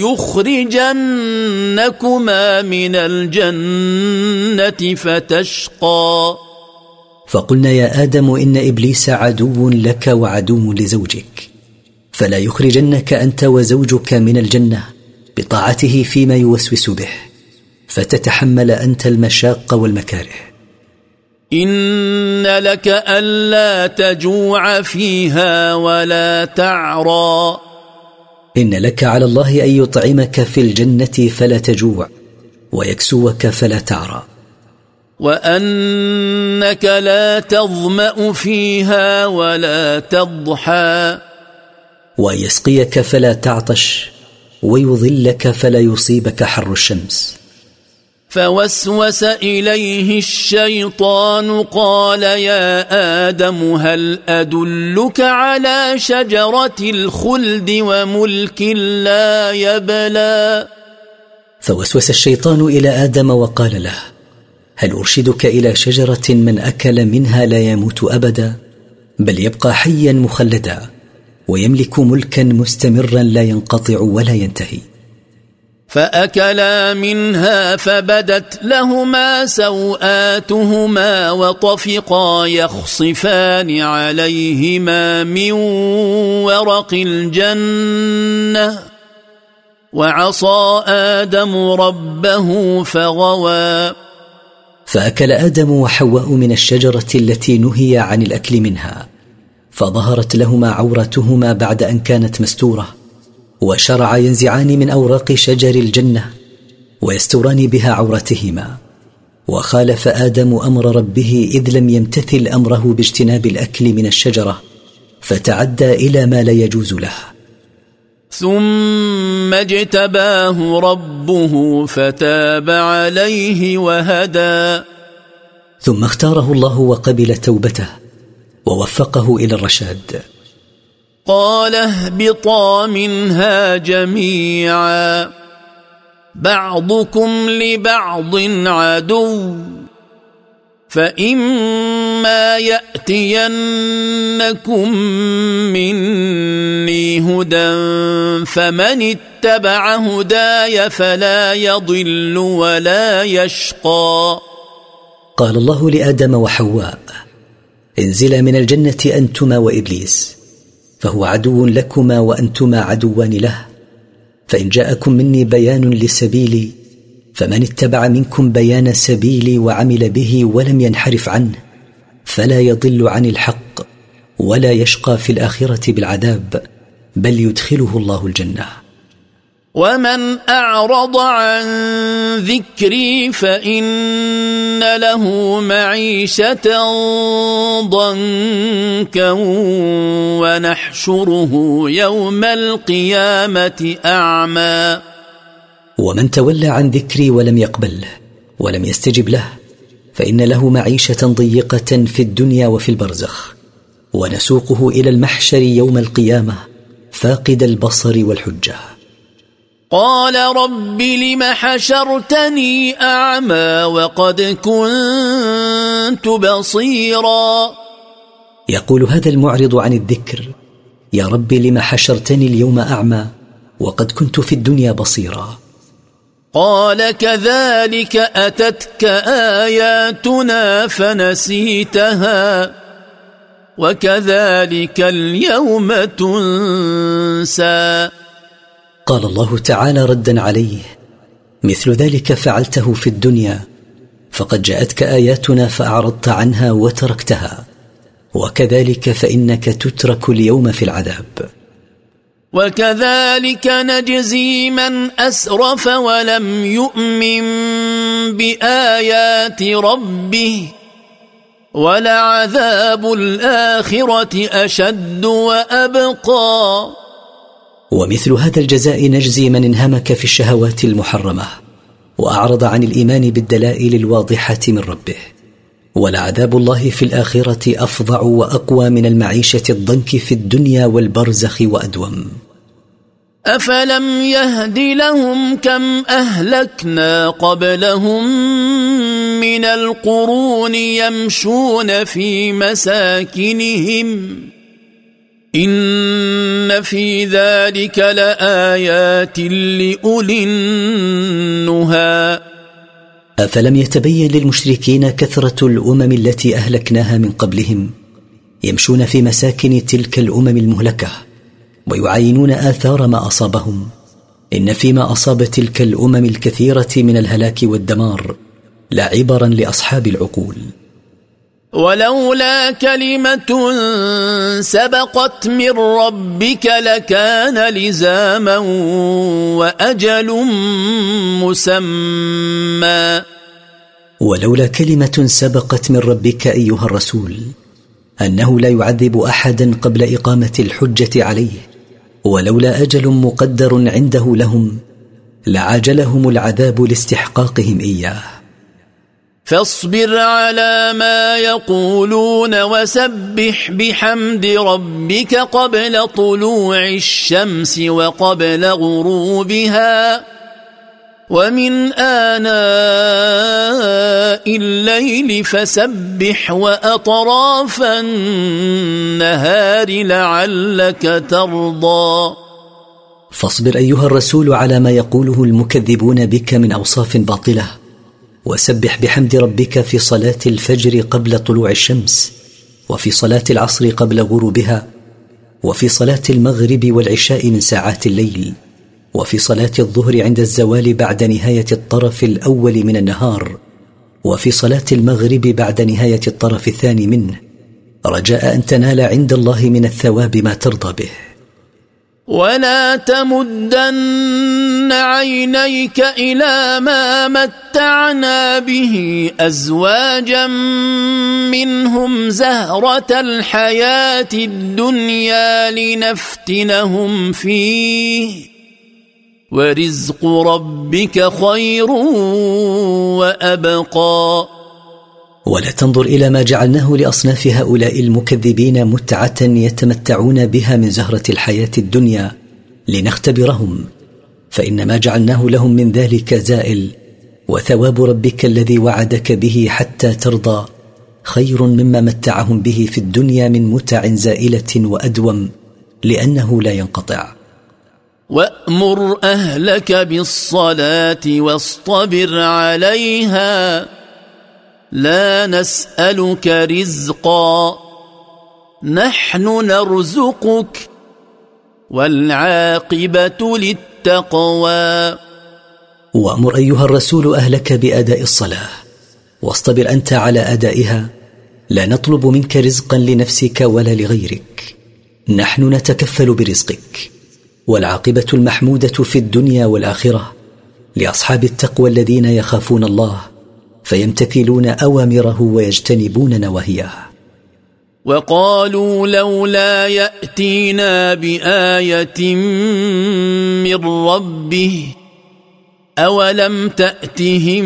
Speaker 2: يخرجنكما من الجنة فتشقى.
Speaker 1: فقلنا يا آدم إن إبليس عدو لك وعدو لزوجك، فلا يخرجنك أنت وزوجك من الجنة بطاعته فيما يوسوس به، فتتحمل أنت المشاق والمكاره.
Speaker 2: إن لك ألا تجوع فيها ولا تعرى.
Speaker 1: إن لك على الله أن يطعمك في الجنة فلا تجوع، ويكسوك فلا تعرى.
Speaker 2: وأنك لا تظمأ فيها ولا تضحى.
Speaker 1: ويسقيك فلا تعطش، ويظلك فلا يصيبك حر الشمس.
Speaker 2: فوسوس إليه الشيطان قال يا آدم هل أدلك على شجرة الخلد وملك لا يبلى.
Speaker 1: فوسوس الشيطان إلى آدم وقال له هل أرشدك إلى شجرة من أكل منها لا يموت أبدا، بل يبقى حيا مخلدا ويملك ملكا مستمرا لا ينقطع ولا ينتهي.
Speaker 2: فأكلا منها فبدت لهما سوآتهما وطفقا يخصفان عليهما من ورق الجنة، وعصى آدم ربه فغوى.
Speaker 1: فأكل آدم وحواء من الشجرة التي نهي عن الأكل منها، فظهرت لهما عورتهما بعد أن كانت مستورة، وشرع ينزعان من أوراق شجر الجنة ويستوران بها عورتهما. وخالف آدم أمر ربه إذ لم يمتثل أمره باجتناب الأكل من الشجرة، فتعدى إلى ما لا يجوز له.
Speaker 2: ثم اجتباه ربه فتاب عليه وهدى.
Speaker 1: ثم اختاره الله وقبل توبته ووفقه إلى الرشاد.
Speaker 2: قال اهبطا منها جميعا بعضكم لبعض عدو، فإما يأتينكم مني هدى فمن اتبع هداي فلا يضل ولا يشقى.
Speaker 1: قال الله لآدم وحواء انزلا من الجنة أنتما وإبليس، فهو عدو لكما وأنتما عدوان له، فإن جاءكم مني بيان لسبيلي فمن اتبع منكم بيان سبيلي وعمل به ولم ينحرف عنه فلا يضل عن الحق ولا يشقى في الآخرة بالعذاب، بل يدخله الله الجنة.
Speaker 2: ومن أعرض عن ذكري فإن له معيشة ضنكا ونحشره يوم القيامة أعمى.
Speaker 1: ومن تولى عن ذكري ولم يقبله ولم يستجب له فإن له معيشة ضيقة في الدنيا وفي البرزخ، ونسوقه إلى المحشر يوم القيامة فاقد البصر والحجة.
Speaker 2: قال رب لم حشرتني أعمى وقد كنت بصيرا.
Speaker 1: يقول هذا المعرض عن الذكر: يا رب لم حشرتني اليوم أعمى وقد كنت في الدنيا بصيرا.
Speaker 2: قال كذلك أتتك آياتنا فنسيتها وكذلك اليوم تنسى.
Speaker 1: قال الله تعالى ردا عليه: مثل ذلك فعلته في الدنيا، فقد جاءتك آياتنا فأعرضت عنها وتركتها، وكذلك فإنك تترك اليوم في العذاب.
Speaker 2: وكذلك نجزي من أسرف ولم يؤمن بآيات ربه ولعذاب الآخرة أشد وأبقى.
Speaker 1: ومثل هذا الجزاء نجزي من انهمك في الشهوات المحرمة وأعرض عن الإيمان بالدلائل الواضحة من ربه، ولعذاب الله في الآخرة أفظع وأقوى من المعيشة الضنك في الدنيا والبرزخ وأدوم.
Speaker 2: أفلم يهد لهم كم أهلكنا قبلهم من القرون يمشون في مساكنهم إن في ذلك لآيات لأولي النهى.
Speaker 1: أفلم يتبين للمشركين كثرة الأمم التي أهلكناها من قبلهم يمشون في مساكن تلك الأمم المهلكة ويعاينون آثار ما أصابهم؟ إن فيما أصاب تلك الأمم الكثيرة من الهلاك والدمار لعبرا لأصحاب العقول.
Speaker 2: ولولا كلمة سبقت من ربك لكان لزاما وأجل مسمى.
Speaker 1: ولولا كلمة سبقت من ربك أيها الرسول أنه لا يعذب أحدا قبل إقامة الحجة عليه، ولولا أجل مقدر عنده لهم لعاجلهم العذاب لاستحقاقهم إياه.
Speaker 2: فاصبر على ما يقولون وسبح بحمد ربك قبل طلوع الشمس وقبل غروبها ومن آناء الليل فسبح وأطراف النهار لعلك ترضى.
Speaker 1: فاصبر أيها الرسول على ما يقوله المكذبون بك من أوصاف باطلة، وسبح بحمد ربك في صلاة الفجر قبل طلوع الشمس، وفي صلاة العصر قبل غروبها، وفي صلاة المغرب والعشاء من ساعات الليل، وفي صلاة الظهر عند الزوال بعد نهاية الطرف الأول من النهار، وفي صلاة المغرب بعد نهاية الطرف الثاني منه، رجاء أن تنال عند الله من الثواب ما ترضى به.
Speaker 2: ولا تمدن عينيك إلى ما متعنا به أزواجا منهم زهرة الحياة الدنيا لنفتنهم فيه ورزق ربك خير وأبقى.
Speaker 1: ولا تنظر إلى ما جعلناه لأصناف هؤلاء المكذبين متعة يتمتعون بها من زهرة الحياة الدنيا لنختبرهم، فإن ما جعلناه لهم من ذلك زائل، وثواب ربك الذي وعدك به حتى ترضى خير مما متعهم به في الدنيا من متع زائلة وأدوم لأنه لا ينقطع.
Speaker 2: وأمر أهلك بالصلاة واصطبر عليها لا نسألك رزقا نحن نرزقك والعاقبة للتقوى.
Speaker 1: وأمر أيها الرسول أهلك بأداء الصلاة واصطبر أنت على أدائها، لا نطلب منك رزقا لنفسك ولا لغيرك، نحن نتكفل برزقك، والعاقبة المحمودة في الدنيا والآخرة لأصحاب التقوى الذين يخافون الله فيمتثلون أوامره ويجتنبون نواهيه.
Speaker 2: وقالوا لولا يأتينا بآية من ربه أولم تأتهم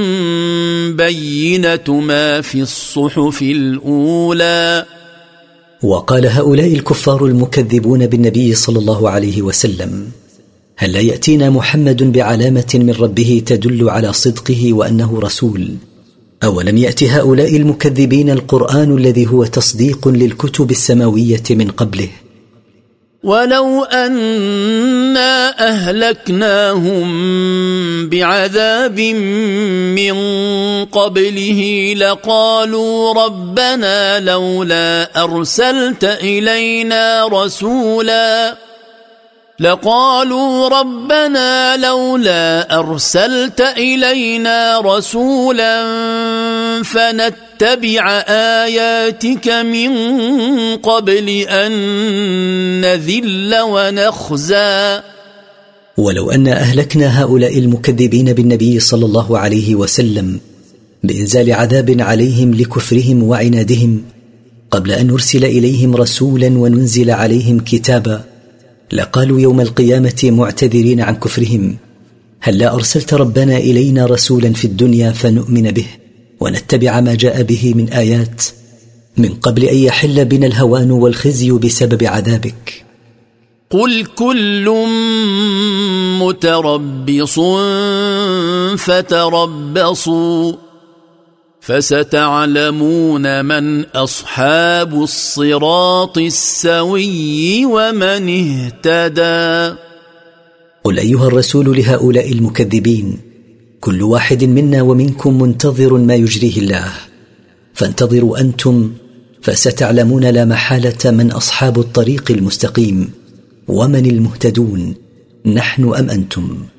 Speaker 2: بينة ما في الصحف الأولى.
Speaker 1: وقال هؤلاء الكفار المكذبون بالنبي صلى الله عليه وسلم: هل لا يأتينا محمد بعلامة من ربه تدل على صدقه وأنه رسول؟ أولم يأت هؤلاء المكذبين القرآن الذي هو تصديق للكتب السماوية من قبله؟
Speaker 2: ولو أنا أهلكناهم بعذاب من قبله لقالوا ربنا لولا أرسلت إلينا رسولا لقالوا ربنا لولا أرسلت إلينا رسولا فنتبع آياتك من قبل أن نذل ونخزى.
Speaker 1: ولو أن أهلكنا هؤلاء المكذبين بالنبي صلى الله عليه وسلم بإنزال عذاب عليهم لكفرهم وعنادهم قبل أن نرسل إليهم رسولا وننزل عليهم كتابا، لقالوا يوم القيامة معتذرين عن كفرهم: هل لا أرسلت ربنا إلينا رسولا في الدنيا فنؤمن به ونتبع ما جاء به من آيات من قبل أن يحل بنا الهوان والخزي بسبب عذابك؟
Speaker 2: قل كل متربص فتربصوا فستعلمون من أصحاب الصراط السوي ومن اهتدى.
Speaker 1: قل أيها الرسول لهؤلاء المكذبين: كل واحد منا ومنكم منتظر ما يجريه الله، فانتظروا أنتم فستعلمون لا محالة من أصحاب الطريق المستقيم ومن المهتدون، نحن أم أنتم.